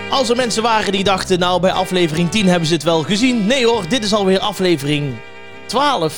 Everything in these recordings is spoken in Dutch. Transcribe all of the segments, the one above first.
Als er mensen waren die dachten, nou bij aflevering 10 hebben ze het wel gezien. Nee hoor, dit is alweer aflevering 12.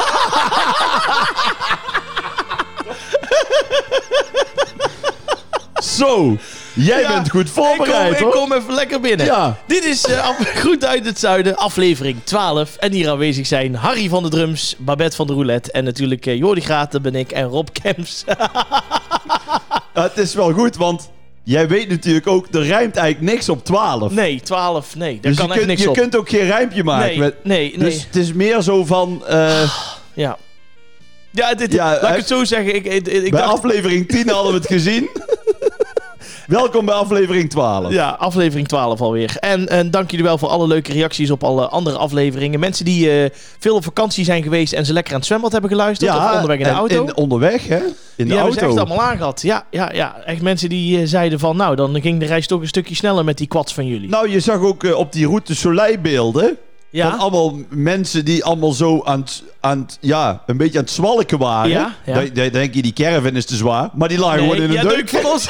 Zo, jij bent goed voorbereid, ik kom even lekker binnen. Ja. Dit is Groet uit het Zuiden, aflevering 12. En hier aanwezig zijn Harry van de drums, Babette van de roulette en natuurlijk Jordi Graat, dat ben ik, en Rob Kemps. Het is wel goed, want jij weet natuurlijk ook, er rijmt eigenlijk niks op 12. Nee, 12, nee, daar Dus kan echt niks je op. kunt ook geen rijmpje maken. Nee. Dus het is meer zo van... Ja. Ja, laat ik het zo zeggen. Ik bij dacht... aflevering 10 hadden we het gezien. Welkom bij aflevering 12. Ja, aflevering 12 alweer. En dank jullie wel voor alle leuke reacties op alle andere afleveringen. Mensen die veel op vakantie zijn geweest en ze lekker aan het zwembad hebben geluisterd. Of onderweg in de auto. Onderweg, hè? In de auto. Hebben ze echt allemaal aangehad. Ja. Echt mensen die zeiden van, nou, dan ging de reis toch een stukje sneller met die quads van jullie. Nou, je zag ook op die route Soleil beelden. Ja? Van allemaal mensen die allemaal zo een beetje aan het zwalken waren. Ja. Dan denk je, die caravan is te zwaar. Maar die lagen gewoon in een deuk van ons.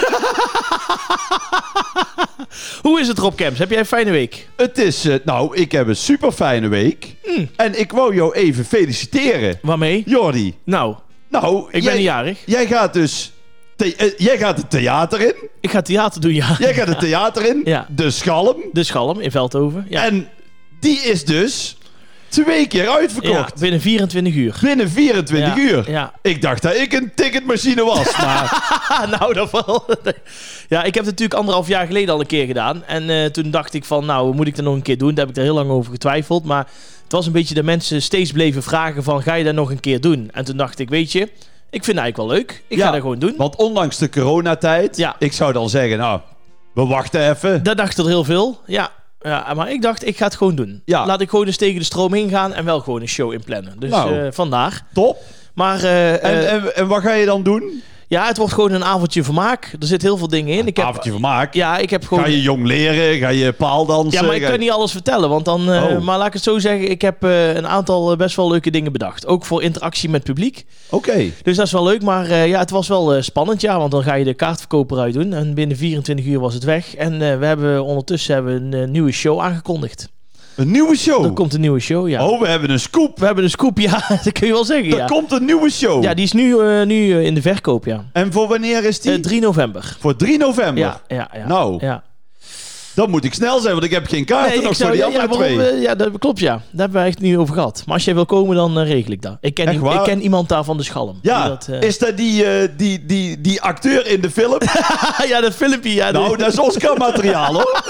Hoe is het, Rob Kemps? Heb jij een fijne week? Het is, ik heb een super fijne week. En ik wou jou even feliciteren. Waarmee? Jordi. Nou, ik ben niet jarig. Jij gaat dus... jij gaat het theater in. Ik ga theater doen, ja. Jij gaat het theater in. Ja. De Schalm. De Schalm in Veldhoven. Ja. En die is dus 2 keer uitverkocht. Ja, binnen 24 uur. Binnen 24 uur. Ja. Ik dacht dat ik een ticketmachine was. Maar... nou, dat wel. Ja, ik heb het natuurlijk 1,5 jaar geleden al een keer gedaan. En toen dacht ik van, nou, moet ik dat nog een keer doen? Daar heb ik er heel lang over getwijfeld. Maar het was een beetje dat mensen steeds bleven vragen van, ga je dat nog een keer doen? En toen dacht ik, weet je, ik vind het eigenlijk wel leuk. Ik ga dat gewoon doen. Want ondanks de coronatijd, ik zou dan zeggen, nou, we wachten even. Dat dachten er heel veel, ja. Ja, maar ik dacht, ik ga het gewoon doen. Ja. Laat ik gewoon eens tegen de stroom ingaan en wel gewoon een show inplannen. Dus vandaar. Top. Maar, en wat ga je dan doen? Ja, het wordt gewoon een avondje vermaak. Er zit heel veel dingen in. Avondje vermaak? Ja, ik heb gewoon... Ga je jong leren? Ga je paaldansen? Ja, maar ik kan niet alles vertellen. Want dan... Maar laat ik het zo zeggen. Ik heb een aantal best wel leuke dingen bedacht. Ook voor interactie met publiek. Oké. Dus dat is wel leuk. Maar het was wel spannend. Ja, want dan ga je de kaartverkoper uit doen. En binnen 24 uur was het weg. En we hebben ondertussen een nieuwe show aangekondigd. Een nieuwe show? Er komt een nieuwe show, ja. Oh, we hebben een scoop. We hebben een scoop, ja. Dat kun je wel zeggen, Er komt een nieuwe show. Ja, die is nu in de verkoop, ja. En voor wanneer is die? 3 november. Voor 3 november? Ja. Nou, dan moet ik snel zijn, want ik heb geen kaarten nog voor die andere 2. Dat klopt, ja. Daar hebben we echt niet over gehad. Maar als jij wil komen, dan regel ik dat. Ik ken iemand daar van de Schalm. Ja, is dat die acteur in de film? Ja, dat filmpje. Ja, nou, dat is Oscar-materiaal, hoor.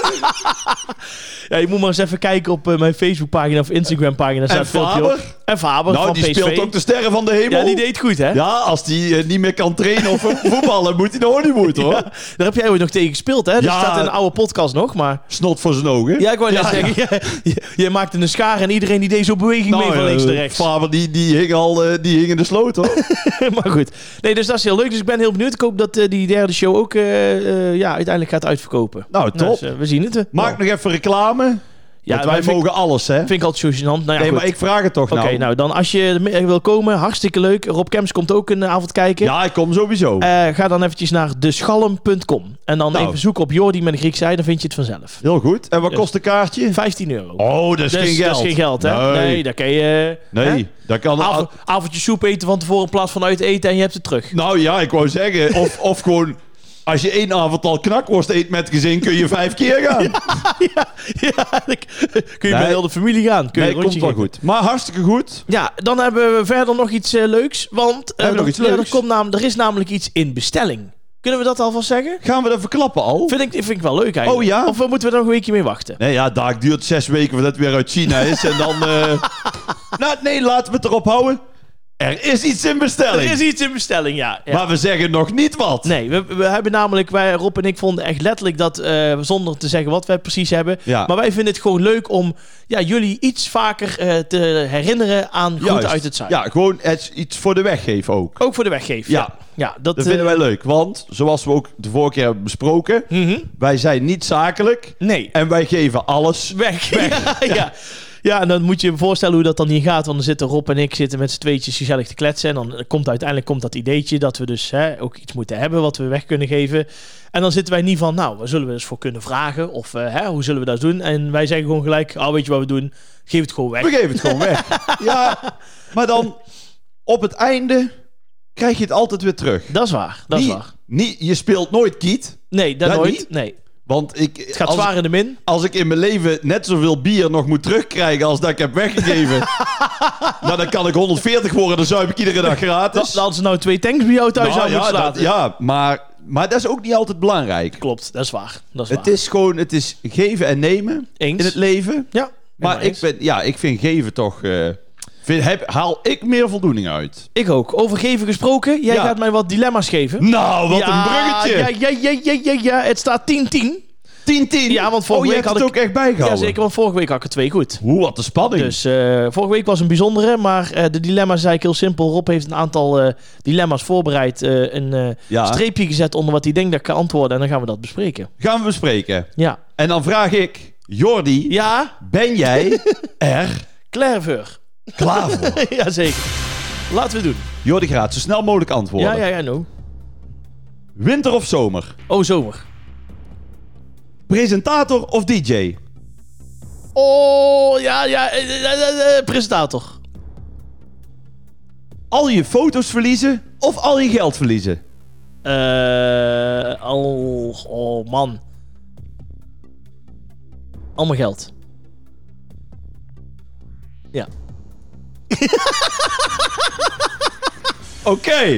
Ja, je moet maar eens even kijken op mijn Facebookpagina of Instagram-pagina. En Faber? En Faber nou, van die PSV. speelt ook de sterren van de hemel. Ja, die deed goed, hè? Ja, als die niet meer kan trainen of voetballen, moet hij naar Hollywood, hoor. Ja, daar heb jij ooit nog tegen gespeeld, hè? Dat staat in een oude podcast nog, maar... Snot voor zijn ogen. Ja, ik wou net zeggen. Jij maakte een schaar en iedereen die deed zo'n beweging mee van links naar rechts. Faber, die hing in de sloot, hoor. Maar goed. Nee, dus dat is heel leuk. Dus ik ben heel benieuwd. Ik hoop dat die derde show ook uiteindelijk gaat uitverkopen. Nou, top. Dus, we zien het. Maak nog even reclame. Ja, want wij mogen alles, hè? Vind ik altijd zo gênant. Nou ja, nee, goed. maar ik vraag het toch Oké, nou dan als je wil komen, hartstikke leuk. Rob Kemps komt ook een avond kijken. Ja, ik kom sowieso. Ga dan eventjes naar deschalm.com. En dan even zoeken op Jordi met een Griekse ei, dan vind je het vanzelf. Heel goed. En wat kost een kaartje? €15. Oh, dat is geen geld. Dat is geen geld, hè? Nee, daar kan je... Nee, dat kan... Avondje soep eten van tevoren in plaats van uit eten en je hebt het terug. Nou ja, ik wou zeggen, of gewoon... Als je 1 avond al knakworst eet met gezin, kun je 5 keer gaan. Kun je met heel de familie gaan. Komt wel goed. Maar hartstikke goed. Ja, dan hebben we verder nog iets leuks. Want er is namelijk iets in bestelling. Kunnen we dat alvast zeggen? Gaan we dat verklappen al? Vind ik wel leuk eigenlijk. Oh ja? Of moeten we er nog een weekje mee wachten? Nee, ja, daar duurt 6 weken voordat het weer uit China is. En dan... nee, laten we het erop houden. Er is iets in bestelling. Er is iets in bestelling, ja. Maar we zeggen nog niet wat. Nee, we hebben namelijk... Rob en ik vonden echt letterlijk dat... zonder te zeggen wat wij precies hebben. Ja. Maar wij vinden het gewoon leuk om... jullie iets vaker te herinneren aan Groet uit het Zuiden. Ja, gewoon iets voor de weggeven ook. Ook voor de weggeven, ja. Dat vinden wij leuk. Want, zoals we ook de vorige keer hebben besproken... wij zijn niet zakelijk. Nee. En wij geven alles weg. Ja. Ja, en dan moet je je voorstellen hoe dat dan hier gaat. Want dan zitten Rob en ik zitten met z'n tweetjes gezellig te kletsen. En dan komt uiteindelijk dat ideetje dat we dus ook iets moeten hebben wat we weg kunnen geven. En dan zitten wij niet van, nou, waar zullen we eens voor kunnen vragen? Of hoe zullen we dat doen? En wij zeggen gewoon gelijk, weet je wat we doen? Geef het gewoon weg. We geven het gewoon weg. Ja, maar dan op het einde krijg je het altijd weer terug. Dat is waar, Je speelt nooit kiet. Nee, dat nooit. Niet. Nee. Want het gaat zwaar in de min. Als ik in mijn leven net zoveel bier nog moet terugkrijgen als dat ik heb weggegeven, nou, dan kan ik 140 worden, dan zuip ik iedere dag gratis. Dan hadden ze nou 2 tanks bij jou thuis aan moeten laten. Maar dat is ook niet altijd belangrijk. Klopt, dat is waar. Het is geven en nemen in het leven. Ja. Maar ik vind geven toch... haal ik meer voldoening uit. Ik ook. Over geven gesproken. Jij gaat mij wat dilemma's geven. Nou, wat een bruggetje. Ja. Het staat 10-10. 10-10? Ja, want vorige week had ik... ook echt bijgehouden. Ja, zeker, want vorige week had ik er 2 goed. Wat een spanning. Dus vorige week was een bijzondere, maar de dilemma's zijn eigenlijk heel simpel. Rob heeft een aantal dilemma's voorbereid, een streepje gezet onder wat hij denkt dat ik kan antwoorden en dan gaan we dat bespreken. Gaan we bespreken. Ja. En dan vraag ik, Jordi, ben jij er klaar voor? Jazeker. Laten we het doen. Jordi gaat zo snel mogelijk antwoorden. Ja, no. Winter of zomer? Oh, zomer. Presentator of DJ? Oh, presentator. Al je foto's verliezen of al je geld verliezen? Oh man. Al mijn geld. Ja. Oké.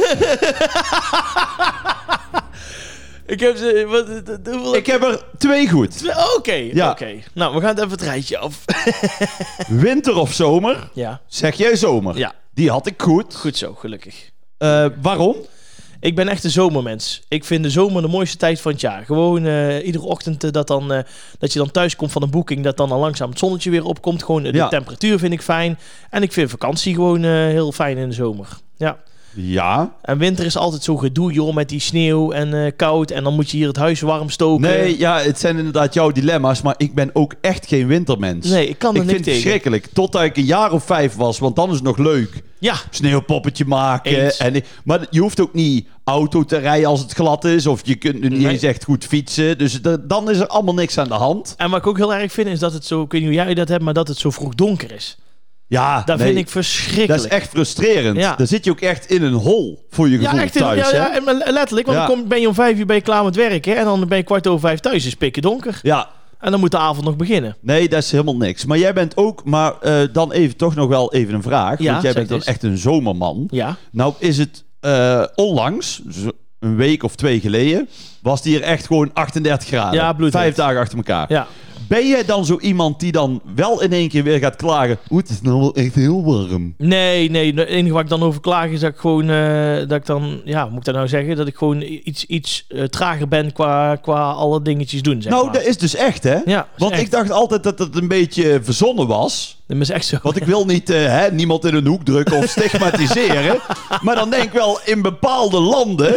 Ik heb er 2 goed. Oké. Nou, we gaan even het rijtje af. Winter of zomer? Ja. Zeg jij zomer? Ja. Die had ik goed. Goed zo, gelukkig. Waarom? Ik ben echt een zomermens. Ik vind de zomer de mooiste tijd van het jaar. Gewoon iedere ochtend dat je dan thuis komt van een boeking, dat dan al langzaam het zonnetje weer opkomt. Gewoon de temperatuur vind ik fijn. En ik vind vakantie gewoon heel fijn in de zomer. Ja. Ja. En winter is altijd zo gedoe, joh, met die sneeuw en koud. En dan moet je hier het huis warm stoken. Nee, ja, het zijn inderdaad jouw dilemma's. Maar ik ben ook echt geen wintermens. Nee, ik kan er niks tegen. Ik vind het verschrikkelijk. Totdat ik een jaar of 5 was. Want dan is het nog leuk. Ja. Sneeuwpoppetje maken. Maar je hoeft ook niet auto te rijden als het glad is. Of je kunt niet eens echt goed fietsen. Dus dan is er allemaal niks aan de hand. En wat ik ook heel erg vind is dat het zo... Ik weet niet hoe jij dat hebt, maar dat het zo vroeg donker is. Ja, dat vind ik verschrikkelijk. Dat is echt frustrerend. Ja. Dan zit je ook echt in een hol voor je gevoel thuis. Ja, letterlijk. Want dan ben je om 5 uur klaar met werken. En dan ben je 5:15 thuis. Is pikken donker. Ja. En dan moet de avond nog beginnen. Nee, dat is helemaal niks. Maar jij bent ook... Maar dan toch nog wel even een vraag. Ja, want jij bent dan echt een zomerman. Ja. Nou is het onlangs, een week of 2 geleden, was die er echt gewoon 38 graden. Ja, bloedheet. 5 dagen achter elkaar. Ja. Ben jij dan zo iemand die dan wel in één keer weer gaat klagen? Het is nou wel echt heel warm. Nee. Het enige wat ik dan over klaag is dat ik gewoon... dat ik dan... Ja, moet ik dat nou zeggen? Dat ik gewoon iets trager ben qua alle dingetjes doen, zeg maar. Dat is dus echt, hè? Ja, want echt. Ik dacht altijd dat het een beetje verzonnen was. Dat is echt zo. Want ik wil niet niemand in een hoek drukken of stigmatiseren. Maar dan denk ik wel, in bepaalde landen...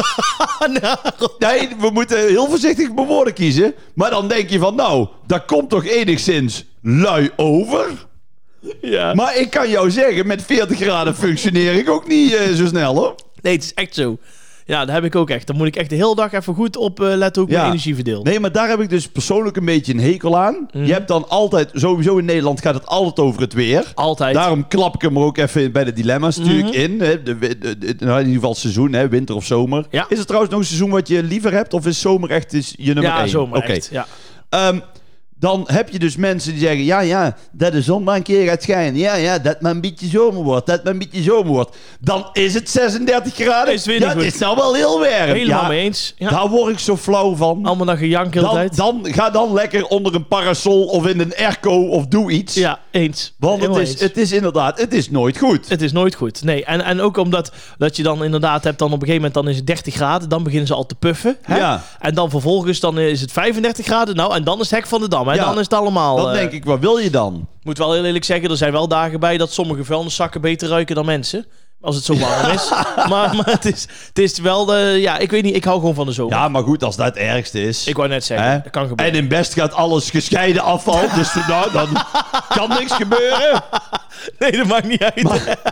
Nee, we moeten heel voorzichtig mijn woorden kiezen. Maar dan denk je van, nou, dat komt toch enigszins lui over? Ja. Maar ik kan jou zeggen, met 40 graden functioneer ik ook niet zo snel, hoor. Nee, het is echt zo. Ja, dat heb ik ook echt. Dan moet ik echt de hele dag even goed op letten hoe ik mijn energie verdeel. Nee, maar daar heb ik dus persoonlijk een beetje een hekel aan. Je hebt dan altijd, sowieso in Nederland gaat het altijd over het weer. Altijd. Daarom klap ik hem er ook even bij de dilemma's natuurlijk in. Hè. In ieder geval het seizoen, hè, winter of zomer. Ja. Is het trouwens nog een seizoen wat je liever hebt? Of is zomer echt je nummer 1? Ja, zomer echt. Ja. Dan heb je dus mensen die zeggen... Ja, dat de zon maar een keer gaat schijnen. Ja, dat maar een beetje zomer wordt. Dan is het 36 graden. Is het het is nou wel heel warm. Helemaal mee eens. Ja. Daar word ik zo flauw van. Allemaal dan gejank de hele tijd. Ga dan lekker onder een parasol of in een airco of doe iets. Ja, eens. Want het is inderdaad, het is nooit goed. Het is nooit goed. Nee, en ook omdat dat je dan inderdaad hebt, dan op een gegeven moment dan is het 30 graden. Dan beginnen ze al te puffen. Hè? Ja. En dan vervolgens dan is het 35 graden. Nou, en dan is het hek van de dam. En dan is het allemaal... Dan denk ik, wat wil je dan? Moet wel heel eerlijk zeggen, er zijn wel dagen bij dat sommige vuilniszakken beter ruiken dan mensen. Als het zo warm is. maar het is wel... ik weet niet, ik hou gewoon van de zomer. Ja, maar goed, als dat het ergste is. Ik wou net zeggen, dat kan gebeuren. En in Best gaat alles gescheiden afval. Dus dan kan niks gebeuren. Nee, dat maakt niet uit.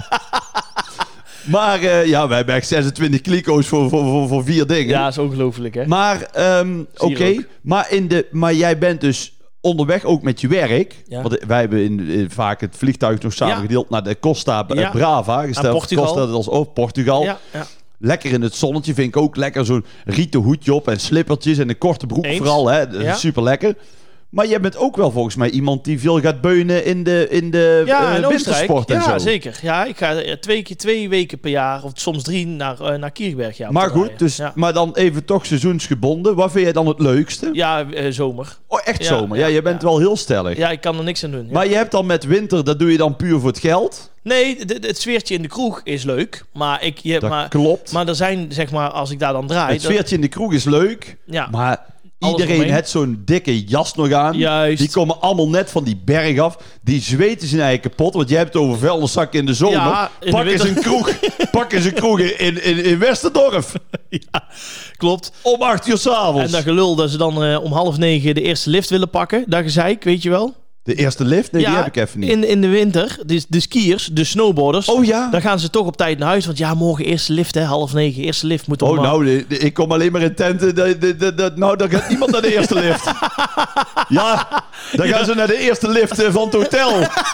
Maar we hebben echt 26 kliko's voor 4 dingen. Ja, dat is ongelooflijk, hè? Maar, oké. Maar jij bent dus onderweg ook met je werk. Ja. Want wij hebben vaak het vliegtuig nog samen gedeeld naar de Costa Brava. Gesteld Portugal. Costa als ook Portugal. Ja. Lekker in het zonnetje vind ik ook lekker. Zo'n rieten hoedje op en slippertjes en een korte broek vooral. Hè? Dat is super lekker. Maar jij bent ook wel volgens mij iemand die veel gaat beunen in de wintersport en zo. Ja, zeker. Ja, ik ga 2 weken per jaar, of soms 3, naar Kierberg. Ja, maar goed, dus, maar dan even toch seizoensgebonden. Wat vind jij dan het leukste? Ja, zomer. Oh, echt zomer? Ja, je bent wel heel stellig. Ja, ik kan er niks aan doen. Ja. Maar je hebt dan met winter, dat doe je dan puur voor het geld? Nee, het sfeertje in de kroeg is leuk. Maar klopt. Maar er zijn, zeg maar, als ik daar dan draai... Het sfeertje in de kroeg is leuk, maar... Iedereen heeft zo'n dikke jas nog aan. Juist. Die komen allemaal net van die berg af. Die zweten zijn eigen kapot. Want jij hebt het over vuilniszakken in de zomer. Ja, Pak eens een kroeg in Westerdorp. Ja, klopt. Om 8 uur 's avonds. En dat gelul dat ze dan om 8:30 de eerste lift willen pakken. Dat gezeik, weet je wel. De eerste lift? Nee, die heb ik even niet. In de winter, de skiers, de snowboarders. Oh ja? Dan gaan ze toch op tijd naar huis. Want morgen eerste lift, hè. 8:30, eerste lift moet om. Ik kom alleen maar in tenten. Dan gaat niemand naar de eerste lift. Ja, dan gaan ze naar de eerste lift van het hotel.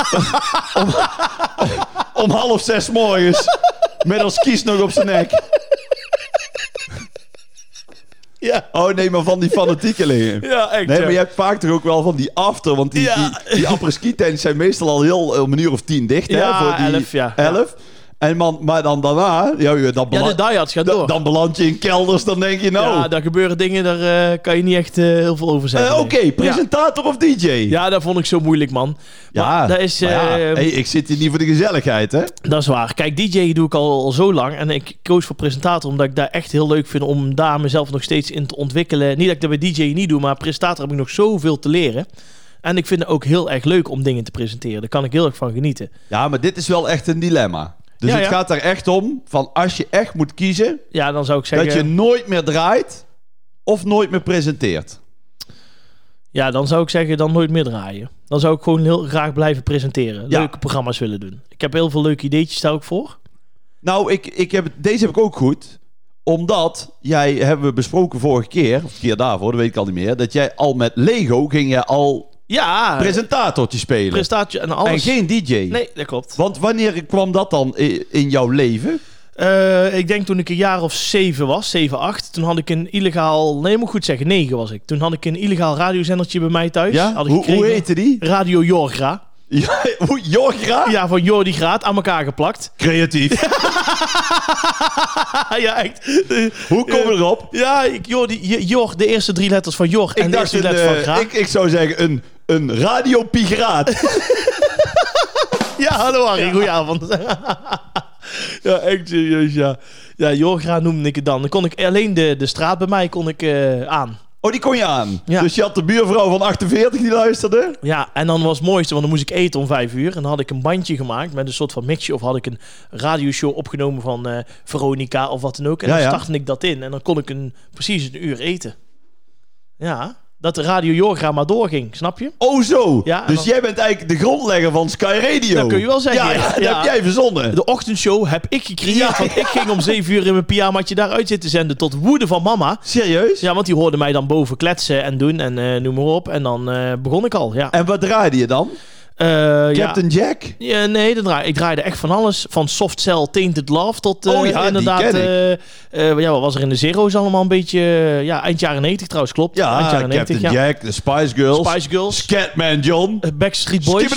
om 5:30 morgens. Met ons skis nog op zijn nek. Ja. Oh nee, maar van die fanatiekelingen. Ja, echt. Nee, maar je hebt vaak toch ook wel van die after. Want die après-ski tents zijn meestal al heel om 10:00 dicht. Ja, hè, voor die 11. Ja. 11. Maar dan daarna... de diehards gaat door. Dan beland je in kelders, dan denk je nou... Ja, daar gebeuren dingen, daar kan je niet echt heel veel over zeggen. Oké, presentator of DJ? Ja, dat vond ik zo moeilijk, man. Ja, dat is, ik zit hier niet voor de gezelligheid, hè? Dat is waar. Kijk, DJ doe ik al zo lang. En ik koos voor presentator omdat ik daar echt heel leuk vind om daar mezelf nog steeds in te ontwikkelen. Niet dat ik dat bij DJ niet doe, maar presentator heb ik nog zoveel te leren. En ik vind het ook heel erg leuk om dingen te presenteren. Daar kan ik heel erg van genieten. Ja, maar dit is wel echt een dilemma. Dus het gaat er echt om, van als je echt moet kiezen... Ja, dan zou ik zeggen... Dat je nooit meer draait of nooit meer presenteert. Ja, dan zou ik zeggen, dan nooit meer draaien. Dan zou ik gewoon heel graag blijven presenteren. Leuke programma's willen doen. Ik heb heel veel leuke ideetjes daar ook voor. Nou, deze heb ik ook goed. Omdat, hebben we besproken vorige keer, of de keer daarvoor, dat weet ik al niet meer... dat jij al met Lego ging je al... Ja, presentatortje spelen. Presentatie en alles. En geen DJ. Nee, dat klopt. Want wanneer kwam dat dan in jouw leven? Ik denk toen ik een jaar of 7 was, 7, 8. Toen had ik een illegaal... Nee, ik moet goed zeggen, 9 was ik. Toen had ik een illegaal radiozendertje bij mij thuis. Ja? Hoe heette die? Radio Jorgra. Ja, Jorgra? Ja, van Jordi Graat aan elkaar geplakt. Creatief. Ja, echt. Hoe kom je erop? Ja, Jor, de eerste 3 letters van Jor en de eerste 3 letters van Graat. Ik zou zeggen een radiopiraat. Ja, hallo Harry, goedenavond. Ja, echt serieus, ja. Ja, Jorgra noemde ik het dan. Dan kon ik alleen de straat bij mij aan. Oh, die kon je aan? Ja. Dus je had de buurvrouw van 48 die luisterde? Ja, en dan was het mooiste, want dan moest ik eten om 5 uur. En dan had ik een bandje gemaakt met een soort van mixje. Of had ik een radioshow opgenomen van Veronica of wat dan ook. En dan startte ik dat in. En dan kon ik precies een uur eten. Ja, dat de Radio Jorga maar doorging, snap je? Oh zo, ja, dus jij bent eigenlijk de grondlegger van Sky Radio. Dat kun je wel zeggen. Ja, dat heb jij verzonnen. De ochtendshow heb ik gecreëerd. Want ik ging om 7 uur in mijn pyjamaatje daaruit zitten zenden tot woede van mama. Serieus? Ja, want die hoorde mij dan boven kletsen en doen en noem maar op. En dan begon ik al, ja. En wat draaide je dan? Captain Jack? Ja, nee, ik draaide echt van alles. Van Soft Cell, Tainted Love tot inderdaad... wat was er in de Zero's allemaal een beetje... eind jaren 90 trouwens, klopt. Ja, eind jaren 90, Captain Jack, de Spice Girls. Scatman John. Backstreet Boys.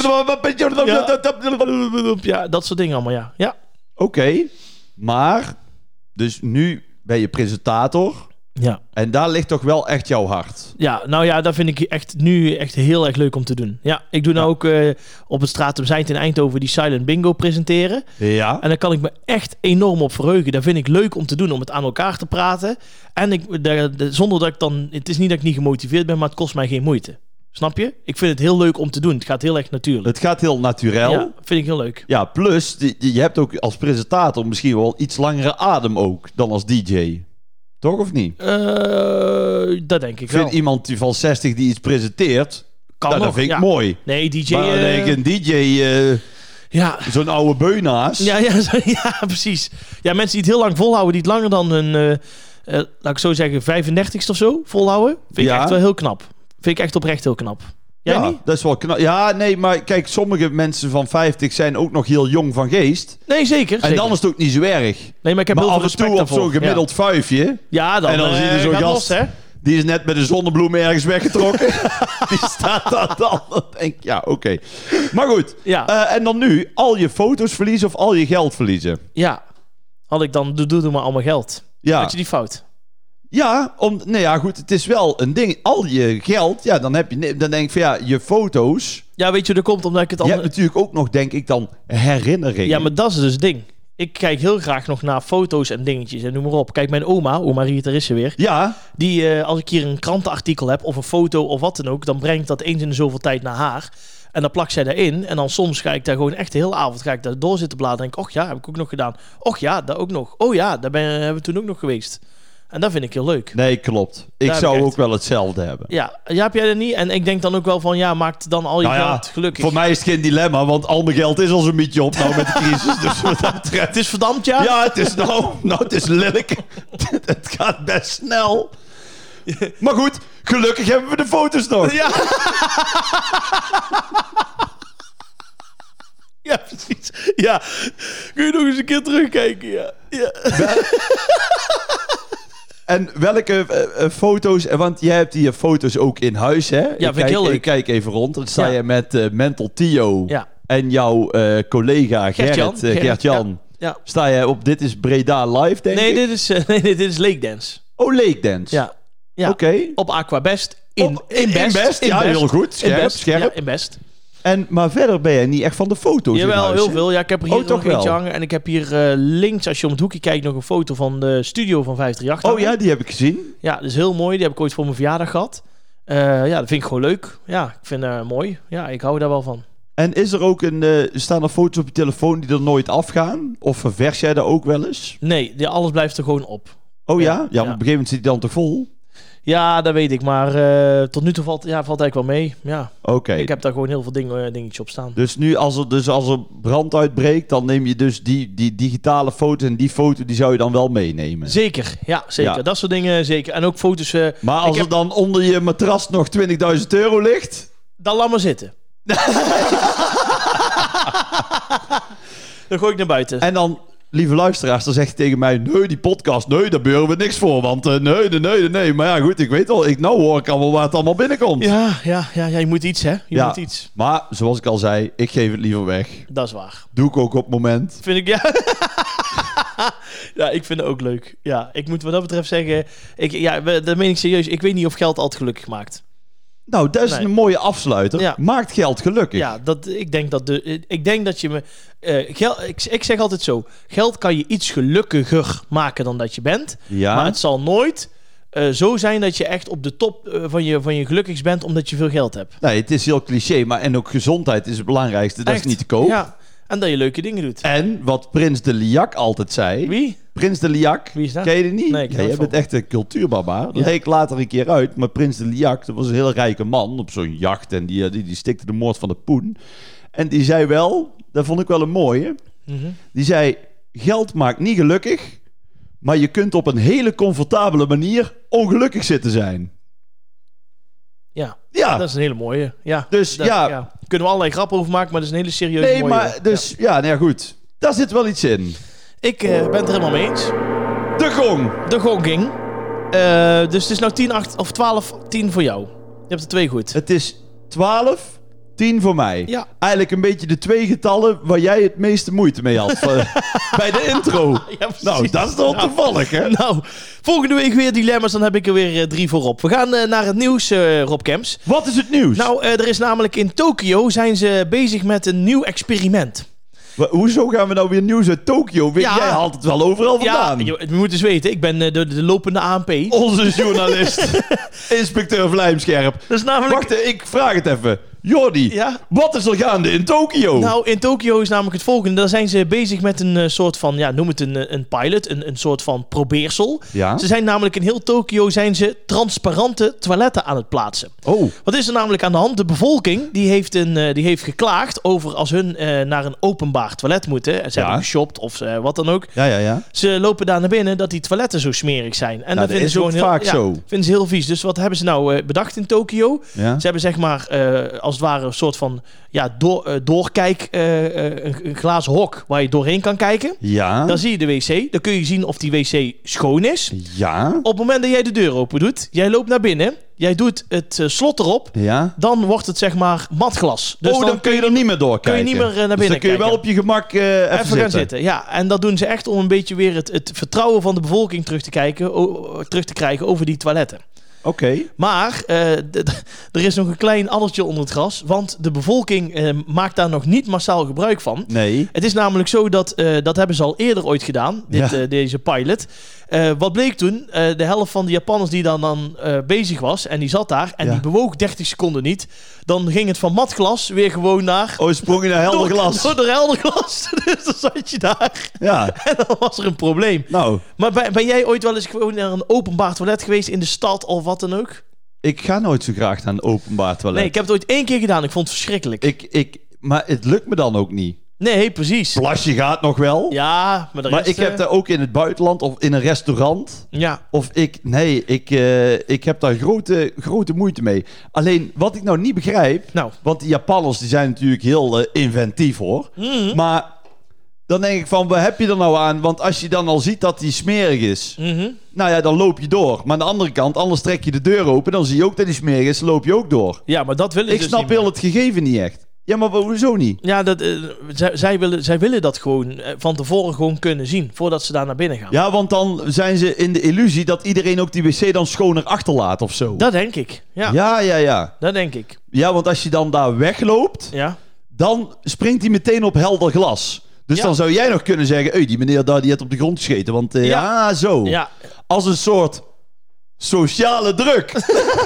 Ja, dat soort dingen allemaal, ja. Oké, maar... Dus nu ben je presentator... Ja. En daar ligt toch wel echt jouw hart? Ja, nou ja, dat vind ik nu echt heel erg leuk om te doen. Ja, ik doe nou ook op het Stratum Zijnd in Eindhoven die Silent Bingo presenteren. Ja. En daar kan ik me echt enorm op verheugen. Dat vind ik leuk om te doen, om het aan elkaar te praten. En zonder dat ik dan... Het is niet dat ik niet gemotiveerd ben, maar het kost mij geen moeite. Snap je? Ik vind het heel leuk om te doen. Het gaat heel erg natuurlijk. Het gaat heel naturel. Ja, vind ik heel leuk. Ja, plus je hebt ook als presentator misschien wel iets langere adem ook dan als DJ. Toch of niet? Dat denk ik wel. Ik vind wel. iemand die van 60 die iets presenteert, dat vind ik mooi. Nee, DJ... Maar denk ik een DJ... ja. Zo'n oude beunaas. Ja, precies. Ja, mensen die het heel lang volhouden, die het langer dan hun, laat ik zo zeggen, 35ste of zo volhouden, vind ik echt wel heel knap. Vind ik echt oprecht heel knap. Jij niet? Dat is wel knap. Ja, nee, maar kijk, sommige mensen van 50 zijn ook nog heel jong van geest. Nee, zeker. En dan is het ook niet zo erg. Nee, maar ik heb heel veel respect af en toe op zo'n gemiddeld vuifje. Ja, dan, en dan zie je zo'n gast, los, hè? Die is net met een zonnebloem ergens weggetrokken. Die staat daar dan. Dan denk ik, ja, oké. Maar goed. Ja. En dan nu, al je foto's verliezen of al je geld verliezen? Ja. Had ik dan, doe maar al mijn geld. Ja. Had je die fout? Ja, goed, het is wel een ding. Al je geld, ja, dan denk ik van ja, je foto's. Ja, weet je, dat komt omdat ik het al... Je hebt natuurlijk ook nog, denk ik, dan herinneringen. Ja, maar dat is dus het ding. Ik kijk heel graag nog naar foto's en dingetjes en noem maar op. Kijk, mijn oma Riet, daar is ze weer. Ja. Die, als ik hier een krantenartikel heb of een foto of wat dan ook, dan breng ik dat eens in de zoveel tijd naar haar. En dan plakt zij daarin. En dan soms ga ik daar gewoon echt de hele avond daar door zitten bladeren. En denk ik, och ja, heb ik ook nog gedaan. Och ja, dat ook nog. Oh ja, daar hebben we toen ook nog geweest. En dat vind ik heel leuk. Nee, klopt. Ik zou ook wel hetzelfde hebben. Ja, heb jij dat niet? En ik denk dan ook wel van, ja, maakt dan al je geld gelukkig. Voor mij is het geen dilemma, want al mijn geld is al zo'n beetje op nou met de crisis. Dus wat dat betreft... Het is verdampt, ja? Ja, het is het is lelijk. Het gaat best snel. Maar goed, gelukkig hebben we de foto's nog. Ja. Ja, precies. Ja. Kun je nog eens een keer terugkijken, ja. En welke foto's... Want jij hebt hier foto's ook in huis, hè? Ja, vind ik heel leuk. Ik kijk even rond. Dan sta je met Mental Theo en jouw collega Gert-Jan. Ja. Sta je op Dit is Breda Live, denk ik? Dit is Lake Dance. Oh, Lake Dance. Ja. Oké. Op Aquabest. In Best. Ja, heel goed. Scherp. Ja, in Best. Maar verder ben je niet echt van de foto's. Jawel, in huis, heel veel. Ja, ik heb er hier nog eentje wel hangen. En ik heb hier links, als je om het hoekje kijkt, nog een foto van de studio van 538. Oh ja, die heb ik gezien. Ja, dat is heel mooi. Die heb ik ooit voor mijn verjaardag gehad. Dat vind ik gewoon leuk. Ja, ik vind het mooi. Ja, ik hou daar wel van. En is er ook staan er foto's op je telefoon die er nooit afgaan? Of ververs jij daar ook wel eens? Nee, alles blijft er gewoon op. Oh ja? Ja, maar op een gegeven moment zit die dan toch vol? Ja, dat weet ik. Maar tot nu toe valt eigenlijk wel mee. Ja. Oké. Ik heb daar gewoon heel veel dingetjes op staan. Dus nu als er brand uitbreekt, dan neem je dus die digitale foto en die foto die zou je dan wel meenemen? Zeker. Ja, zeker. Ja. Dat soort dingen zeker. En ook foto's... maar als er dan onder je matras nog €20.000 ligt? Dan laat maar zitten. Dan gooi ik naar buiten. En dan... Lieve luisteraars, dan zegt hij tegen mij... Nee, die podcast, nee, daar beuren we niks voor. Want nee. Maar ja, goed, ik weet al... Nou hoor ik allemaal waar het allemaal binnenkomt. Ja, je moet iets, hè? Je moet iets. Maar, zoals ik al zei, ik geef het liever weg. Dat is waar. Doe ik ook op het moment. Vind ik, ja. Ja, ik vind het ook leuk. Ja, ik moet wat dat betreft zeggen... dat meen ik serieus. Ik weet niet of geld altijd gelukkig maakt. Nou, dat is een mooie afsluiter. Ja. Maakt geld gelukkig. Ja, ik denk dat je me... ik zeg altijd zo. Geld kan je iets gelukkiger maken dan dat je bent. Ja. Maar het zal nooit zo zijn dat je echt op de top van je gelukkigst bent omdat je veel geld hebt. Nee, het is heel cliché. Maar en ook gezondheid is het belangrijkste. Dat is niet te koop. Ja. En dat je leuke dingen doet. En wat Prins de Liac altijd zei... Wie? Prins de Liac. Wie is dat? Ken je die niet? Nee, jij bent echt een cultuurbarbaar. Dat leek later een keer uit. Maar Prins de Liac, dat was een heel rijke man op zo'n jacht. En die stikte de moord van de poen. En die zei wel, dat vond ik wel een mooie. Mm-hmm. Die zei, geld maakt niet gelukkig. Maar je kunt op een hele comfortabele manier ongelukkig zitten zijn. Ja, dat is een hele mooie. Ja, dus kunnen we allerlei grappen over maken, maar dat is een hele serieuze mooie. Nee, maar dus, goed. Daar zit wel iets in. Ik ben het er helemaal mee eens. De gong. De gonging. Dus het is nou 10, 8 of 12, 10 voor jou. Je hebt er 2 goed. Het is 12, 10 voor mij. Ja. Eigenlijk een beetje de 2 getallen waar jij het meeste moeite mee had. Bij de intro. Ja, nou, dat is toch toevallig, hè? Nou, volgende week weer dilemma's. Dan heb ik er weer 3 voor Rob. We gaan naar het nieuws, Rob Kemps. Wat is het nieuws? Nou, er is namelijk in Tokio zijn ze bezig met een nieuw experiment. Hoezo gaan we nou weer nieuws uit Tokio? Jij haalt het wel overal vandaan. Ja, je moet eens weten, ik ben de lopende ANP. Onze journalist, inspecteur Vlijmscherp. Dat is namelijk... Wacht, ik vraag het even. Jordi, wat is er gaande in Tokio? Nou, in Tokio is namelijk het volgende. Daar zijn ze bezig met een soort van, noem het een pilot, een soort van probeersel. Ja? Ze zijn namelijk in heel Tokio transparante toiletten aan het plaatsen. Oh. Wat is er namelijk aan de hand? De bevolking die heeft geklaagd over als hun naar een openbaar toilet moeten. Ze hebben geshopt of wat dan ook. Ja. Ze lopen daar naar binnen dat die toiletten zo smerig zijn. En dat vinden ze gewoon vaak zo. Vinden ze heel vies. Dus wat hebben ze nou bedacht in Tokio? Ja? Ze hebben zeg maar als het ware een soort van doorkijk, een glazen hok waar je doorheen kan kijken. Ja. Dan zie je de wc. Dan kun je zien of die wc schoon is. Ja. Op het moment dat jij de deur open doet, jij loopt naar binnen, jij doet het slot erop, dan wordt het zeg maar matglas. Dus dan kun je er niet meer doorkijken. Kun je niet meer naar binnen dan kun je wel op je gemak even gaan zitten. Ja, en dat doen ze echt om een beetje weer het vertrouwen van de bevolking terug te krijgen over die toiletten. Oké. Maar er is nog een klein addertje onder het gras. Want de bevolking maakt daar nog niet massaal gebruik van. Nee. Het is namelijk zo dat hebben ze al eerder ooit gedaan. Deze pilot. Wat bleek toen? De helft van de Japanners die dan bezig was. En die zat daar. En die bewoog 30 seconden niet. Dan ging het van matglas weer gewoon naar... Oh, sprong je naar helder glas. Door helder glas. Dus dan zat je daar. Ja. En dan was er een probleem. Nou. Maar ben jij ooit wel eens gewoon naar een openbaar toilet geweest in de stad of wat dan ook? Ik ga nooit zo graag naar een openbaar toilet. Nee, ik heb het ooit 1 keer gedaan. Ik vond het verschrikkelijk. Maar het lukt me dan ook niet. Nee, precies. Plasje gaat nog wel. Ja, maar ik heb daar ook in het buitenland of in een restaurant. Ja. Ik heb daar grote moeite mee. Alleen, wat ik nou niet begrijp... Want die Japanners die zijn natuurlijk heel inventief, hoor. Mm-hmm. Maar dan denk ik van, wat heb je er nou aan? Want als je dan al ziet dat die smerig is... Mm-hmm. Nou ja, dan loop je door. Maar aan de andere kant, anders trek je de deur open... dan zie je ook dat die smerig is, dan loop je ook door. Ja, maar dat willen ze dus niet. Ik snap heel het gegeven niet echt. Ja, maar hoezo niet? Ja, zij willen dat gewoon van tevoren gewoon kunnen zien, voordat ze daar naar binnen gaan. Ja, want dan zijn ze in de illusie dat iedereen ook die wc dan schoner achterlaat of zo. Dat denk ik, ja. Ja. Dat denk ik. Ja, want als je dan daar wegloopt, dan springt hij meteen op helder glas. Dus dan zou jij nog kunnen zeggen, die meneer daar die heeft op de grond gescheten. Want zo. Ja. Als een soort sociale druk.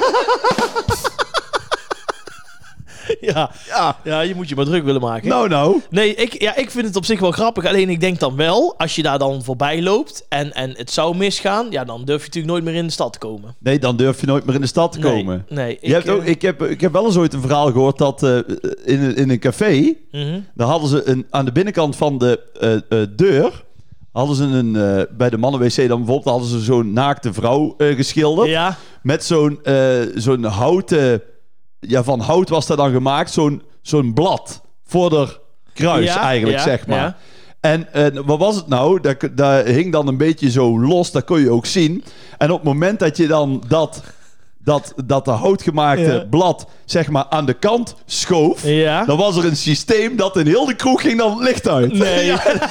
Ja, je moet je maar druk willen maken. Nou. Nee, ik vind het op zich wel grappig. Alleen ik denk dan wel, als je daar dan voorbij loopt en het zou misgaan, dan durf je natuurlijk nooit meer in de stad te komen. Nee, dan durf je nooit meer in de stad te komen. Nee. Ik heb wel eens ooit een verhaal gehoord dat in een café, daar hadden ze aan de binnenkant van de deur, hadden ze bij de mannenwc dan bijvoorbeeld, hadden ze zo'n naakte vrouw geschilderd. Ja. Met zo'n houten... Ja, van hout was dat dan gemaakt. Zo'n blad voor de kruis eigenlijk, zeg maar. Ja. En wat was het nou? Daar hing dan een beetje zo los. Dat kon je ook zien. En op het moment dat je dan dat de houtgemaakte blad, zeg maar, aan de kant schoof... Ja. Dan was er een systeem dat in heel de kroeg ging dan licht uit. Nee.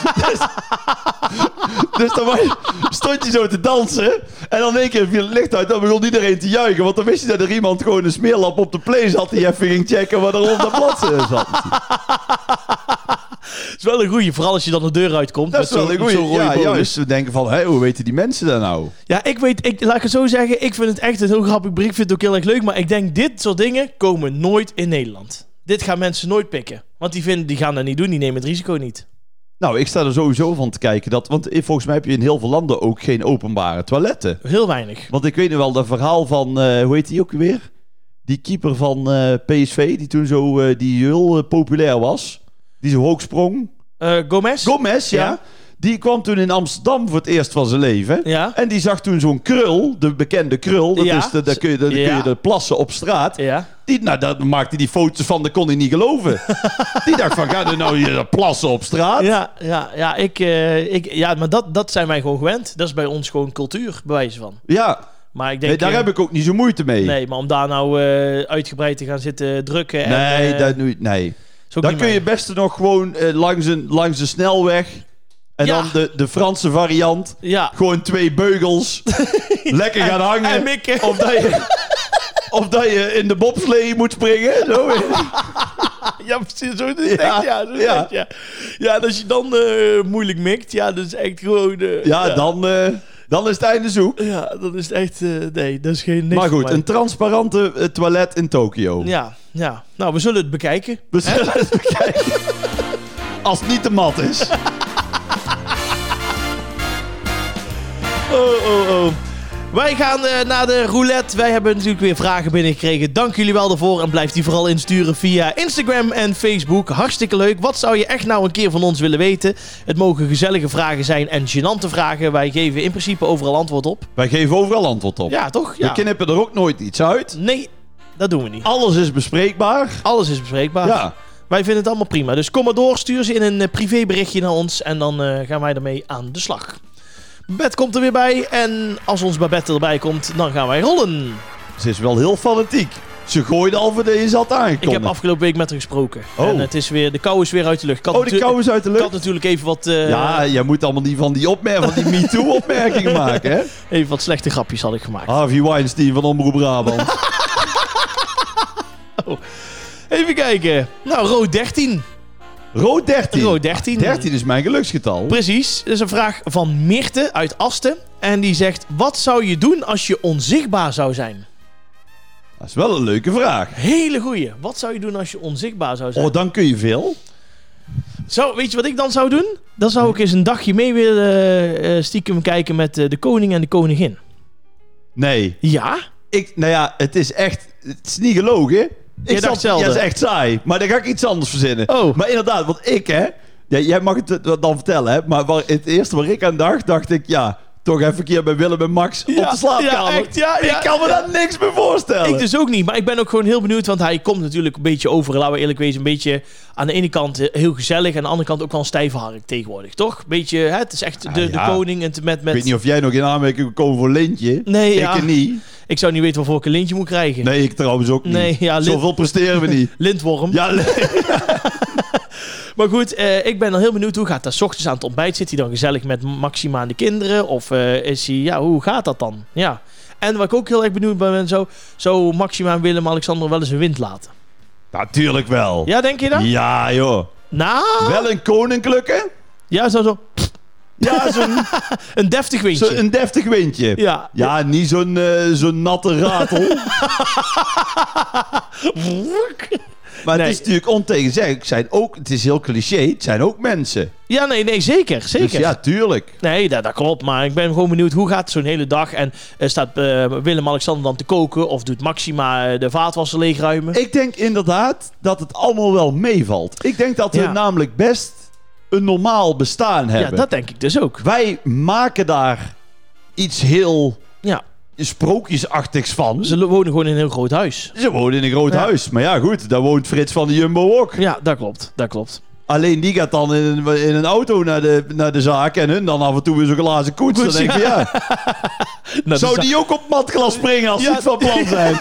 Dus dan stond je zo te dansen. En dan in één keer viel het licht uit. Dan begon iedereen te juichen. Want dan wist je dat er iemand gewoon een smeerlap op de play zat. Die even ging checken wat er op dat blad zat. Het is wel een goeie. Vooral als je dan de deur uitkomt. Dat is wel een goeie. Ja, juist. We denken van, hoe weten die mensen dat nou? Ja, laat ik het zo zeggen. Ik vind het echt een heel grappig bericht. Ik vind het ook heel erg leuk. Maar ik denk, dit soort dingen komen nooit in Nederland. Dit gaan mensen nooit pikken. Want die gaan dat niet doen. Die nemen het risico niet. Nou, ik sta er sowieso van te kijken. Want volgens mij heb je in heel veel landen ook geen openbare toiletten. Heel weinig. Want ik weet nog wel dat verhaal van, hoe heet die ook weer? Die keeper van PSV, die toen die heel populair was. Die zo hoog sprong. Gomez, ja. Die kwam toen in Amsterdam voor het eerst van zijn leven. Ja. En die zag toen zo'n krul, de bekende krul. Daar kun je er plassen op straat. Ja. Daar maakte die foto's van, dat kon hij niet geloven. Die dacht van, ga er nou hier plassen op straat? Maar dat zijn wij gewoon gewend. Dat is bij ons gewoon cultuur, bewijzen van. Ja. Maar ik denk, daar heb ik ook niet zo moeite mee. Nee, maar om daar nou uitgebreid te gaan zitten drukken... Nee. Dan kun je best nog gewoon langs de snelweg... En dan de Franse variant. Ja. Gewoon 2 beugels. Lekker gaan hangen. En mikken. Of dat je in de bobslee moet springen. Zo. Ja, precies. Zo is het echt, ja. Ja, en als je dan moeilijk mikt, ja, dat is echt gewoon... Dan is het einde zoek. Ja, dat is echt... nee, dat is geen... Maar goed, een transparante toilet in Tokio. Ja. Nou, we zullen het bekijken. Als het niet te mat is. Oh. Wij gaan naar de roulette. Wij hebben natuurlijk weer vragen binnengekregen. Dank jullie wel daarvoor. En blijf die vooral insturen via Instagram en Facebook. Hartstikke leuk. Wat zou je echt nou een keer van ons willen weten? Het mogen gezellige vragen zijn en gênante vragen. Wij geven in principe overal antwoord op. Wij geven overal antwoord op. Ja, toch? Ja. We knippen er ook nooit iets uit. Nee, dat doen we niet. Alles is bespreekbaar. Alles is bespreekbaar. Ja. Wij vinden het allemaal prima. Dus kom maar door. Stuur ze in een privéberichtje naar ons. En dan gaan wij ermee aan de slag. Babette komt er weer bij. En als ons Babette erbij komt, dan gaan wij rollen. Ze is wel heel fanatiek. Ze gooide al voordat je zat aangekomen. Ik heb afgelopen week met haar gesproken. Oh. En het is weer, de kou is weer uit de lucht. De kou is uit de lucht? Ik had natuurlijk even wat... Ja, jij moet allemaal van die MeToo-opmerkingen maken, hè? Even wat slechte grapjes had ik gemaakt. Harvey Weinstein van Omroep Brabant. Oh. Even kijken. Nou, rood 13. Rood 13? Rood 13. 13 is mijn geluksgetal. Precies. Dat is een vraag van Mirte uit Asten. En die zegt, wat zou je doen als je onzichtbaar zou zijn? Dat is wel een leuke vraag. Hele goeie. Wat zou je doen als je onzichtbaar zou zijn? Oh, dan kun je veel. Weet je wat ik dan zou doen? Dan zou ik eens een dagje mee willen stiekem kijken met de koning en de koningin. Nee. Ja? Het is echt... Het is niet gelogen. Je dacht zelf. Ja, dat is echt saai. Maar dan ga ik iets anders verzinnen. Oh. Maar inderdaad, want ik, hè... Ja, jij mag het dan vertellen, hè. Maar het eerste waar ik aan dacht ik... Ja, toch even een keer bij Willem en Max op de slaapkamer. Ja, echt, ja. Ik kan me daar niks meer voorstellen. Ik dus ook niet. Maar ik ben ook gewoon heel benieuwd. Want hij komt natuurlijk een beetje over. Laten we eerlijk wezen. Een beetje aan de ene kant heel gezellig. En aan de andere kant ook wel een stijve hark tegenwoordig. Toch? Beetje, hè? Het is echt de koning. En met... Ik weet niet of jij nog in aanmerking komt voor lintje. Nee, ik niet. Ik zou niet weten waarvoor ik een lintje moet krijgen. Nee, ik trouwens ook niet. Nee, ja, zoveel presteren we niet. Lintworm. Ja, Maar goed, ik ben dan heel benieuwd. Hoe gaat dat? 's Ochtends aan het ontbijt? Zit hij dan gezellig met Maxima en de kinderen? Of is hij... Ja, hoe gaat dat dan? Ja. En wat ik ook heel erg benieuwd ben... Zo Maxima en Willem-Alexander wel eens een wind laten? Natuurlijk wel. Ja, denk je dat? Ja, joh. Nou... Wel een koninklijke? Ja, zo... Ja, een deftig windje. Een deftig windje. Ja. Ja, niet zo'n natte ratel. Maar het is natuurlijk ontegenzeggelijk. Het is heel cliché. Het zijn ook mensen. Ja, nee, zeker. Dus ja, tuurlijk. Nee, dat klopt. Maar ik ben gewoon benieuwd, hoe gaat zo'n hele dag? En staat Willem-Alexander dan te koken? Of doet Maxima de vaatwasser leegruimen? Ik denk inderdaad dat het allemaal wel meevalt. Ik denk dat we namelijk best een normaal bestaan hebben. Ja, dat denk ik dus ook. Wij maken daar iets heel... Ja. Sprookjesachtigs van. Ze wonen gewoon in een heel groot huis. Ze wonen in een groot huis. Maar ja, goed, daar woont Frits van de Jumbo ook. Ja, dat klopt. Alleen die gaat dan in een auto naar de zaak en hun dan af en toe weer zo'n glazen koets. Dan denk je, nou, zou die ook op matglas springen als ze het van plan zijn?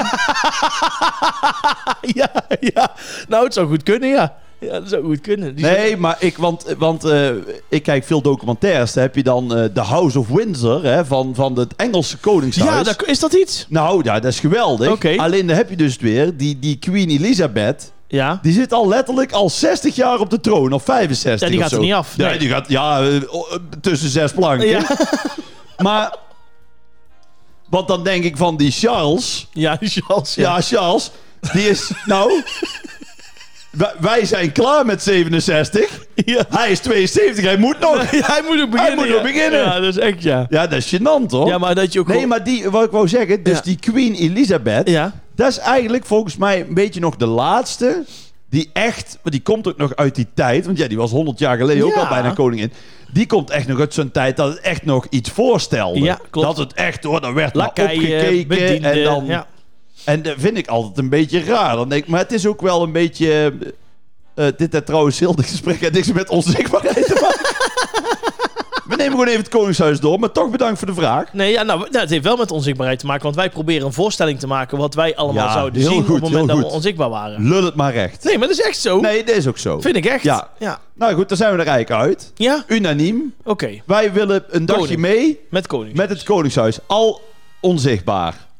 Ja. Nou, het zou goed kunnen, ja. Ja, dat zou goed kunnen. Maar ik kijk veel documentaires. Daar heb je dan The House of Windsor, hè, van het Engelse koningshuis. Ja, is dat iets? Nou, ja, dat is geweldig. Okay. Alleen dan heb je dus weer die Queen Elizabeth. Ja. Die zit al letterlijk 60 jaar op de troon, of 65 ja, die gaat er niet af. Nee. Ja, die gaat tussen 6 planken. Ja. Maar, want dan denk ik van die Charles. Ja, Charles. Ja, Charles. Die is, nou... Wij zijn klaar met 67. Ja. Hij is 72. Hij moet nog. Hij moet ook beginnen. Ja, dat is echt, ja. Ja, dat is gênant, hoor. Ja, maar dat je ook... Nee, maar wat ik wou zeggen... Dus die Queen Elizabeth... Ja. Dat is eigenlijk volgens mij een beetje nog de laatste... Die echt... Die komt ook nog uit die tijd. Want ja, die was 100 jaar geleden ook al bijna koningin. Die komt echt nog uit zo'n tijd... Dat het echt nog iets voorstelde. Ja, klopt. Dat het echt... Hoor, daar werd Lakkeien, naar opgekeken. bedienden, en dan... Ja. En dat vind ik altijd een beetje raar. Dan denk ik, maar het is ook wel een beetje... dit heeft trouwens heel dit gesprek heeft niks met onzichtbaarheid te maken. We nemen gewoon even het Koningshuis door. Maar toch bedankt voor de vraag. Nee, ja, nou, het heeft wel met onzichtbaarheid te maken. Want wij proberen een voorstelling te maken... wat wij allemaal zouden zien op het moment dat we onzichtbaar waren. Lul het maar recht. Nee, maar dat is echt zo. Nee, dat is ook zo. Vind ik echt. Ja. Nou goed, dan zijn we er eigenlijk uit. Ja? Unaniem. Oké. Wij willen een dagje mee... Met Koningshuis. Met het Koningshuis. Al onzichtbaar.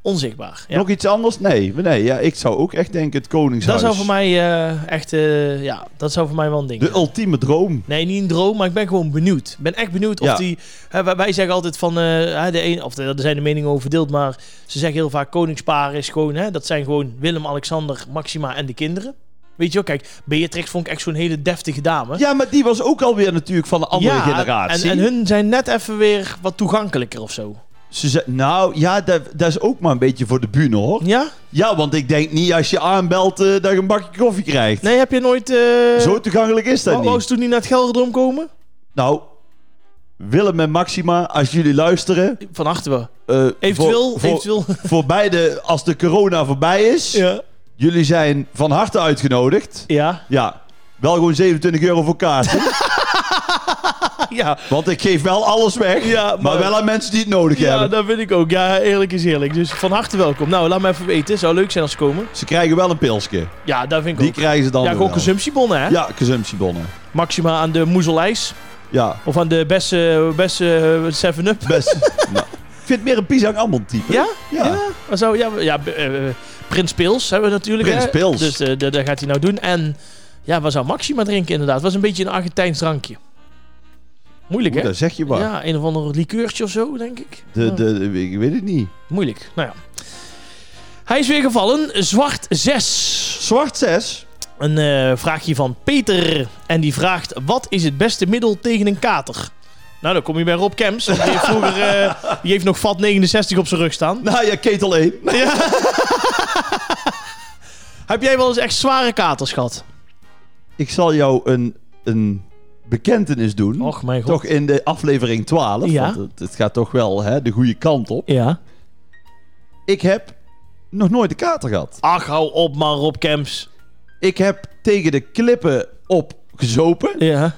onzichtbaar. Ja. Nog iets anders? Nee, ja, ik zou ook echt denken het Koningshuis. Dat zou voor mij dat zou voor mij wel een ding de zijn. ultieme droom. Nee, niet een droom, maar ik ben gewoon benieuwd. Ik ben echt benieuwd of die... wij zeggen altijd van... er zijn de meningen over verdeeld, maar ze zeggen heel vaak koningspaar is gewoon... dat zijn gewoon Willem, Alexander, Maxima en de kinderen. Weet je wel, kijk, Beatrix vond ik echt zo'n hele deftige dame. Ja, maar die was ook alweer natuurlijk van een andere generatie. En hun zijn net even weer wat toegankelijker of zo. Dat is ook maar een beetje voor de bühne, hoor. Ja? Ja, want ik denk niet als je aanbelt dat je een bakje koffie krijgt. Nee, heb je nooit... Zo toegankelijk is dat niet. Wou ze toen niet naar het Gelderdom komen? Nou, Willem en Maxima, als jullie luisteren... Van harte wel. Eventueel. Voor beide, als de corona voorbij is... Ja. Jullie zijn van harte uitgenodigd. Ja. Ja. Wel gewoon €27 voor kaarten. Ja. Want ik geef wel alles weg. Ja, maar wel aan mensen die het nodig hebben. Ja, dat vind ik ook. Ja, eerlijk is eerlijk. Dus van harte welkom. Nou, laat me even weten. Zou leuk zijn als ze komen. Ze krijgen wel een pilsje. Ja, dat vind ik die ook. Die krijgen ze dan gewoon consumptiebonnen, hè? Ja, consumptiebonnen. Maxima aan de moezelijs. Ja. Of aan de beste 7-Up. Nou, ik vind het meer een pisang allemand type. Ja? Ja. Prins Pils hebben we natuurlijk. Prins Pils. Dus dat gaat hij nou doen. En ja, wat zou Maxima drinken inderdaad? Was een beetje een Argentijns drankje. Moeilijk, hè? Dat zeg je maar. Ja, een of ander likeurtje of zo, denk ik. Ik weet het niet. Moeilijk, nou ja. Hij is weer gevallen. Zwart 6. Zwart 6? Een vraagje van Peter. En die vraagt, wat is het beste middel tegen een kater? Nou, dan kom je bij Rob Kemps. Want die heeft nog vat 69 op zijn rug staan. Nou ja, ketel 1. Ja. Heb jij wel eens echt zware katers gehad? Ik zal jou een bekentenis doen. Och, mijn god. Toch in de aflevering 12. Ja. Want het gaat toch wel de goede kant op. Ja. Ik heb nog nooit een kater gehad. Ach, hou op man, Rob Kemps. Ik heb tegen de klippen op gezopen. Ja.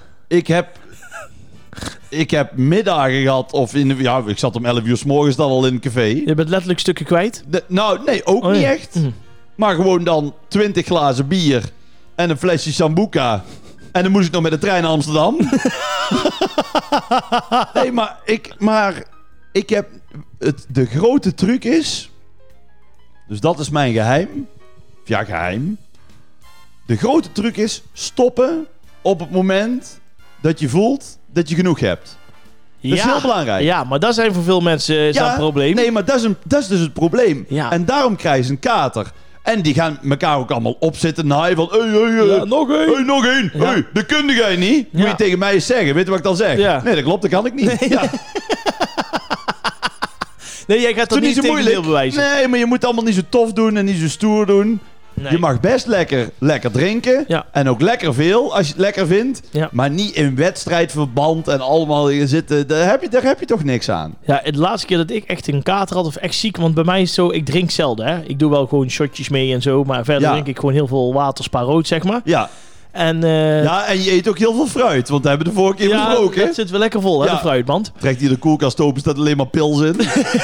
Ik heb middagen gehad. Ik zat om 11 uur 's morgens dan al in een café. Je bent letterlijk stukken kwijt? Nee, ook niet echt. Maar gewoon dan 20 glazen bier en een flesje Sambuca. En dan moest ik nog met de trein naar Amsterdam. Nee, maar ik heb... De grote truc is... Dus dat is mijn geheim. Ja, geheim. De grote truc is stoppen op het moment dat je voelt dat je genoeg hebt. Dat is heel belangrijk. Ja, maar dat zijn voor veel mensen dat een probleem. Nee, maar dat is dus het probleem. Ja. En daarom krijgen ze een kater. En die gaan elkaar ook allemaal opzitten naaien van... nog één. Hey, nog één. Ja. Hey, dat kun jij niet. Moet je tegen mij eens zeggen. Weet je wat ik dan zeg? Ja. Nee, dat klopt. Dat kan ik niet. Nee, nee jij gaat dat niet zo moeilijk bewijzen. Nee, maar je moet allemaal niet zo tof doen en niet zo stoer doen. Nee. Je mag best lekker drinken. Ja. En ook lekker veel, als je het lekker vindt. Ja. Maar niet in wedstrijdverband en allemaal zitten. Daar heb je toch niks aan. Ja, de laatste keer dat ik echt een kater had of echt ziek. Want bij mij is het zo, ik drink zelden. Hè. Ik doe wel gewoon shotjes mee en zo. Maar verder drink ik gewoon heel veel water, spa rood, zeg maar. Ja. En je eet ook heel veel fruit. Want dat hebben we de vorige keer besproken. Ja, dat zit wel lekker vol, hè, de fruitband. Trekt hier de koelkast open, staat alleen maar pils in.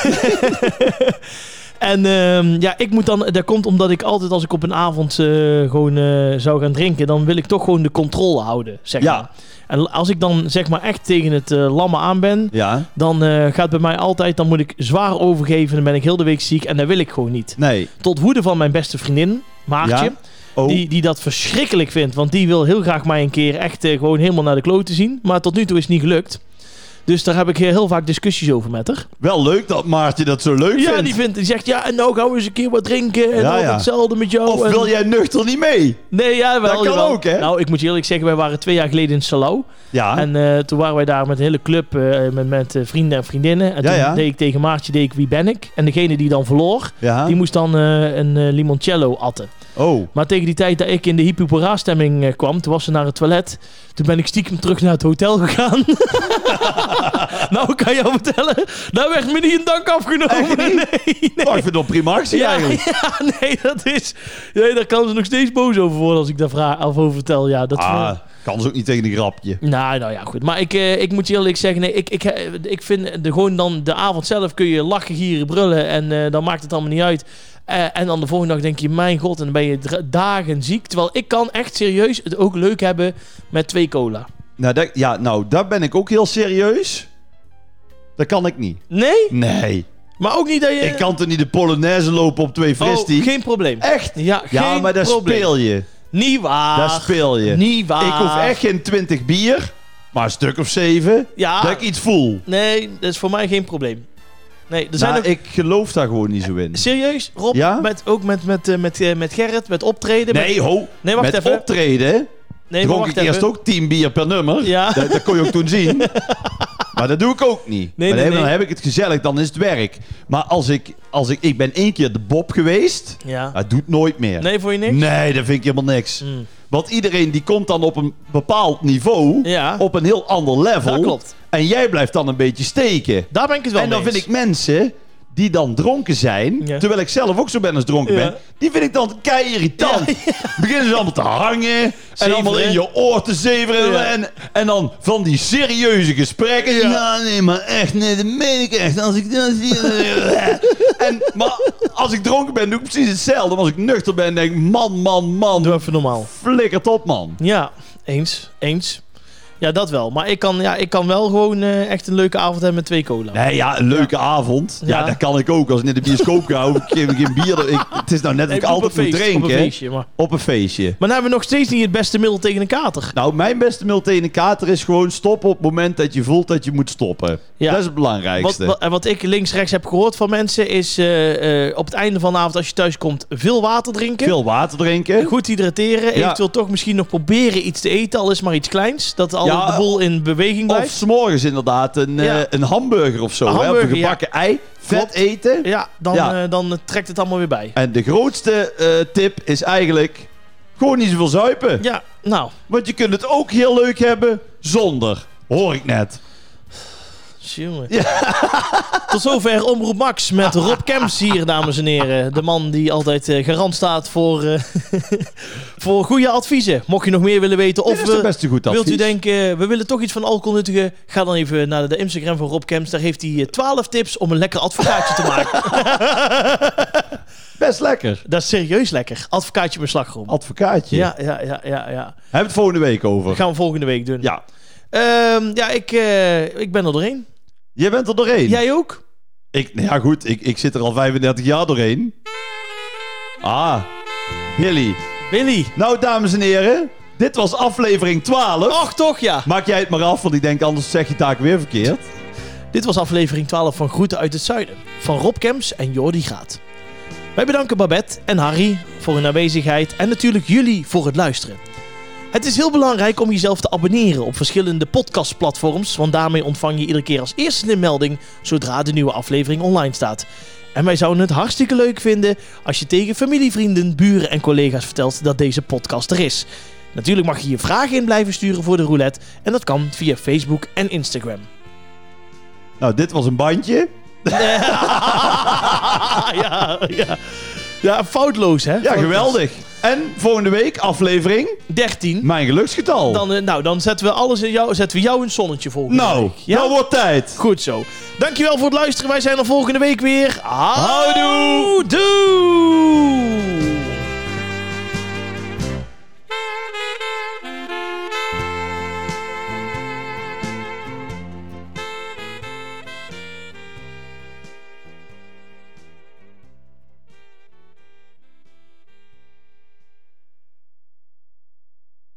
En ik moet dan... Dat komt omdat ik altijd als ik op een avond zou gaan drinken... dan wil ik toch gewoon de controle houden, zeg maar. En als ik dan zeg maar echt tegen het lammen aan ben... dan gaat bij mij altijd... dan moet ik zwaar overgeven... dan ben ik heel de week ziek... en dat wil ik gewoon niet. Nee. Tot woede van mijn beste vriendin, Maartje... Ja. Oh. Die dat verschrikkelijk vindt. Want die wil heel graag mij een keer echt gewoon helemaal naar de kloten zien. Maar tot nu toe is het niet gelukt. Dus daar heb ik heel vaak discussies over met haar. Wel leuk dat Maartje dat zo leuk vindt. Ja, die zegt, en nou gaan we eens een keer wat drinken. En altijd hetzelfde met jou. Of wil jij nuchter niet mee? Nee, ja, wel. Dat kan ook, hè? Nou, ik moet je eerlijk zeggen, wij waren 2 jaar geleden in Salau. Ja. En toen waren wij daar met een hele club met vrienden en vriendinnen. En toen deed ik tegen Maartje, wie ben ik? En degene die dan verloor, die moest dan een limoncello atten. Oh. Maar tegen die tijd dat ik in de hyperpora-stemming kwam, toen was ze naar het toilet. Toen ben ik stiekem terug naar het hotel gegaan. Nou, ik kan jou vertellen, daar werd me niet een dank afgenomen. Nee. Oh, ik vind het wel prima actie eigenlijk. Ja, nee, dat is... Nee, daar kan ze nog steeds boos over worden als ik daar over vertel. Ja, dat kan ze ook niet tegen een grapje. Nou ja, goed. Maar ik moet je eerlijk zeggen, nee, ik vind gewoon dan de avond zelf kun je lachen, gieren, brullen en dan maakt het allemaal niet uit. En dan de volgende dag denk je, mijn god, en dan ben je dagen ziek. Terwijl ik kan echt serieus het ook leuk hebben met 2 cola. Nou, daar ben ik ook heel serieus. Dat kan ik niet. Nee? Nee. Maar ook niet dat je... Ik kan toch niet de Polonaise lopen op 2 fristie? Geen probleem. Echt? Ja, geen maar daar probleem. speel je. Niet waar. Daar speel je. Niet waar. Ik hoef echt geen 20 bier, maar een stuk of 7, dat ik iets voel. Nee, dat is voor mij geen probleem. Nee, er zijn ik geloof daar gewoon niet zo in. Serieus, Rob? Ja? Ook met Gerrit, met optreden? Nee, Nee, wacht met even. optreden dronk ik eerst ook 10 bier per nummer. Ja. Dat kon je ook toen zien. Maar dat doe ik ook niet. Nee. Dan heb ik het gezellig, dan is het werk. Maar ik ben 1 keer de Bob geweest, dat doet nooit meer. Nee, voor je niks? Nee, dat vind ik helemaal niks. Want iedereen die komt dan op een bepaald niveau, op een heel ander level. Dat klopt. En jij blijft dan een beetje steken. Daar ben ik het wel mee En dan eens. vind ik mensen die dan dronken zijn, terwijl ik zelf ook zo ben als dronken ben, die vind ik dan kei irritant. Beginnen ze allemaal te hangen en allemaal in je oor te zeveren en dan van die serieuze gesprekken. Ja, nee, maar echt, nee, dat meen ik echt. Als ik dat zie... maar als ik dronken ben, doe ik precies hetzelfde. Maar als ik nuchter ben, denk ik, man. Doe even normaal. Flikkert op, man. Ja, eens. Ja, dat wel. Maar ik kan wel gewoon echt een leuke avond hebben met 2 cola. Nee, een leuke avond. Ja, dat kan ik ook. Als ik naar de bioscoop ga, hoef ik geen bier. Het is nou net dat ik altijd moet drinken. Op een feestje. Op een feestje. Maar dan hebben we nog steeds niet het beste middel tegen een kater. Nou, mijn beste middel tegen een kater is gewoon stoppen op het moment dat je voelt dat je moet stoppen. Ja. Dat is het belangrijkste. Wat ik links-rechts heb gehoord van mensen is op het einde van de avond als je thuis komt veel water drinken. Veel water drinken. Goed hydrateren. Eventueel toch misschien nog proberen iets te eten. Al is maar iets kleins. Dat al de boel in beweging blijft. Of 's morgens inderdaad een hamburger of zo. Of een gebakken ei. Vet eten. Ja, dan trekt het allemaal weer bij. En de grootste tip is eigenlijk gewoon niet zoveel zuipen. Ja, nou. Want je kunt het ook heel leuk hebben zonder. Hoor ik net. Jongen. Ja. Tot zover Omroep Max met Rob Kemps hier, dames en heren. De man die altijd garant staat voor goede adviezen. Mocht je nog meer willen weten of dit is best een goed advies. Wilt u denken, we willen toch iets van alcohol nuttigen? Ga dan even naar de Instagram van Rob Kemps. Daar heeft hij 12 tips om een lekker advocaatje te maken. Best lekker. Dat is serieus lekker. Advocaatje met slagroom. Advocaatje? Ja. Hebben we het volgende week over? Dat gaan we volgende week doen. Ja. Ik ben er doorheen. Jij bent er doorheen? Jij ook? Ik zit er al 35 jaar doorheen. Billy. Nou, dames en heren. Dit was aflevering 12. Och, toch ja. Maak jij het maar af, want ik denk anders zeg je het taak weer verkeerd. Dit was aflevering 12 van Groeten uit het Zuiden. Van Rob Kemps en Jordi Graat. Wij bedanken Babette en Harry voor hun aanwezigheid. En natuurlijk jullie voor het luisteren. Het is heel belangrijk om jezelf te abonneren op verschillende podcastplatforms, want daarmee ontvang je iedere keer als eerste een melding zodra de nieuwe aflevering online staat. En wij zouden het hartstikke leuk vinden als je tegen familie, vrienden, buren en collega's vertelt dat deze podcast er is. Natuurlijk mag je je vragen in blijven sturen voor de roulette en dat kan via Facebook en Instagram. Nou, dit was een bandje. Ja, foutloos hè? Ja, geweldig. En volgende week aflevering 13. Mijn geluksgetal. Dan zetten we alles in jou, zetten we jou in het zonnetje volgende week. Ja? Nou wordt tijd. Goed zo. Dankjewel voor het luisteren. Wij zijn er volgende week weer. Houdoe. Doei.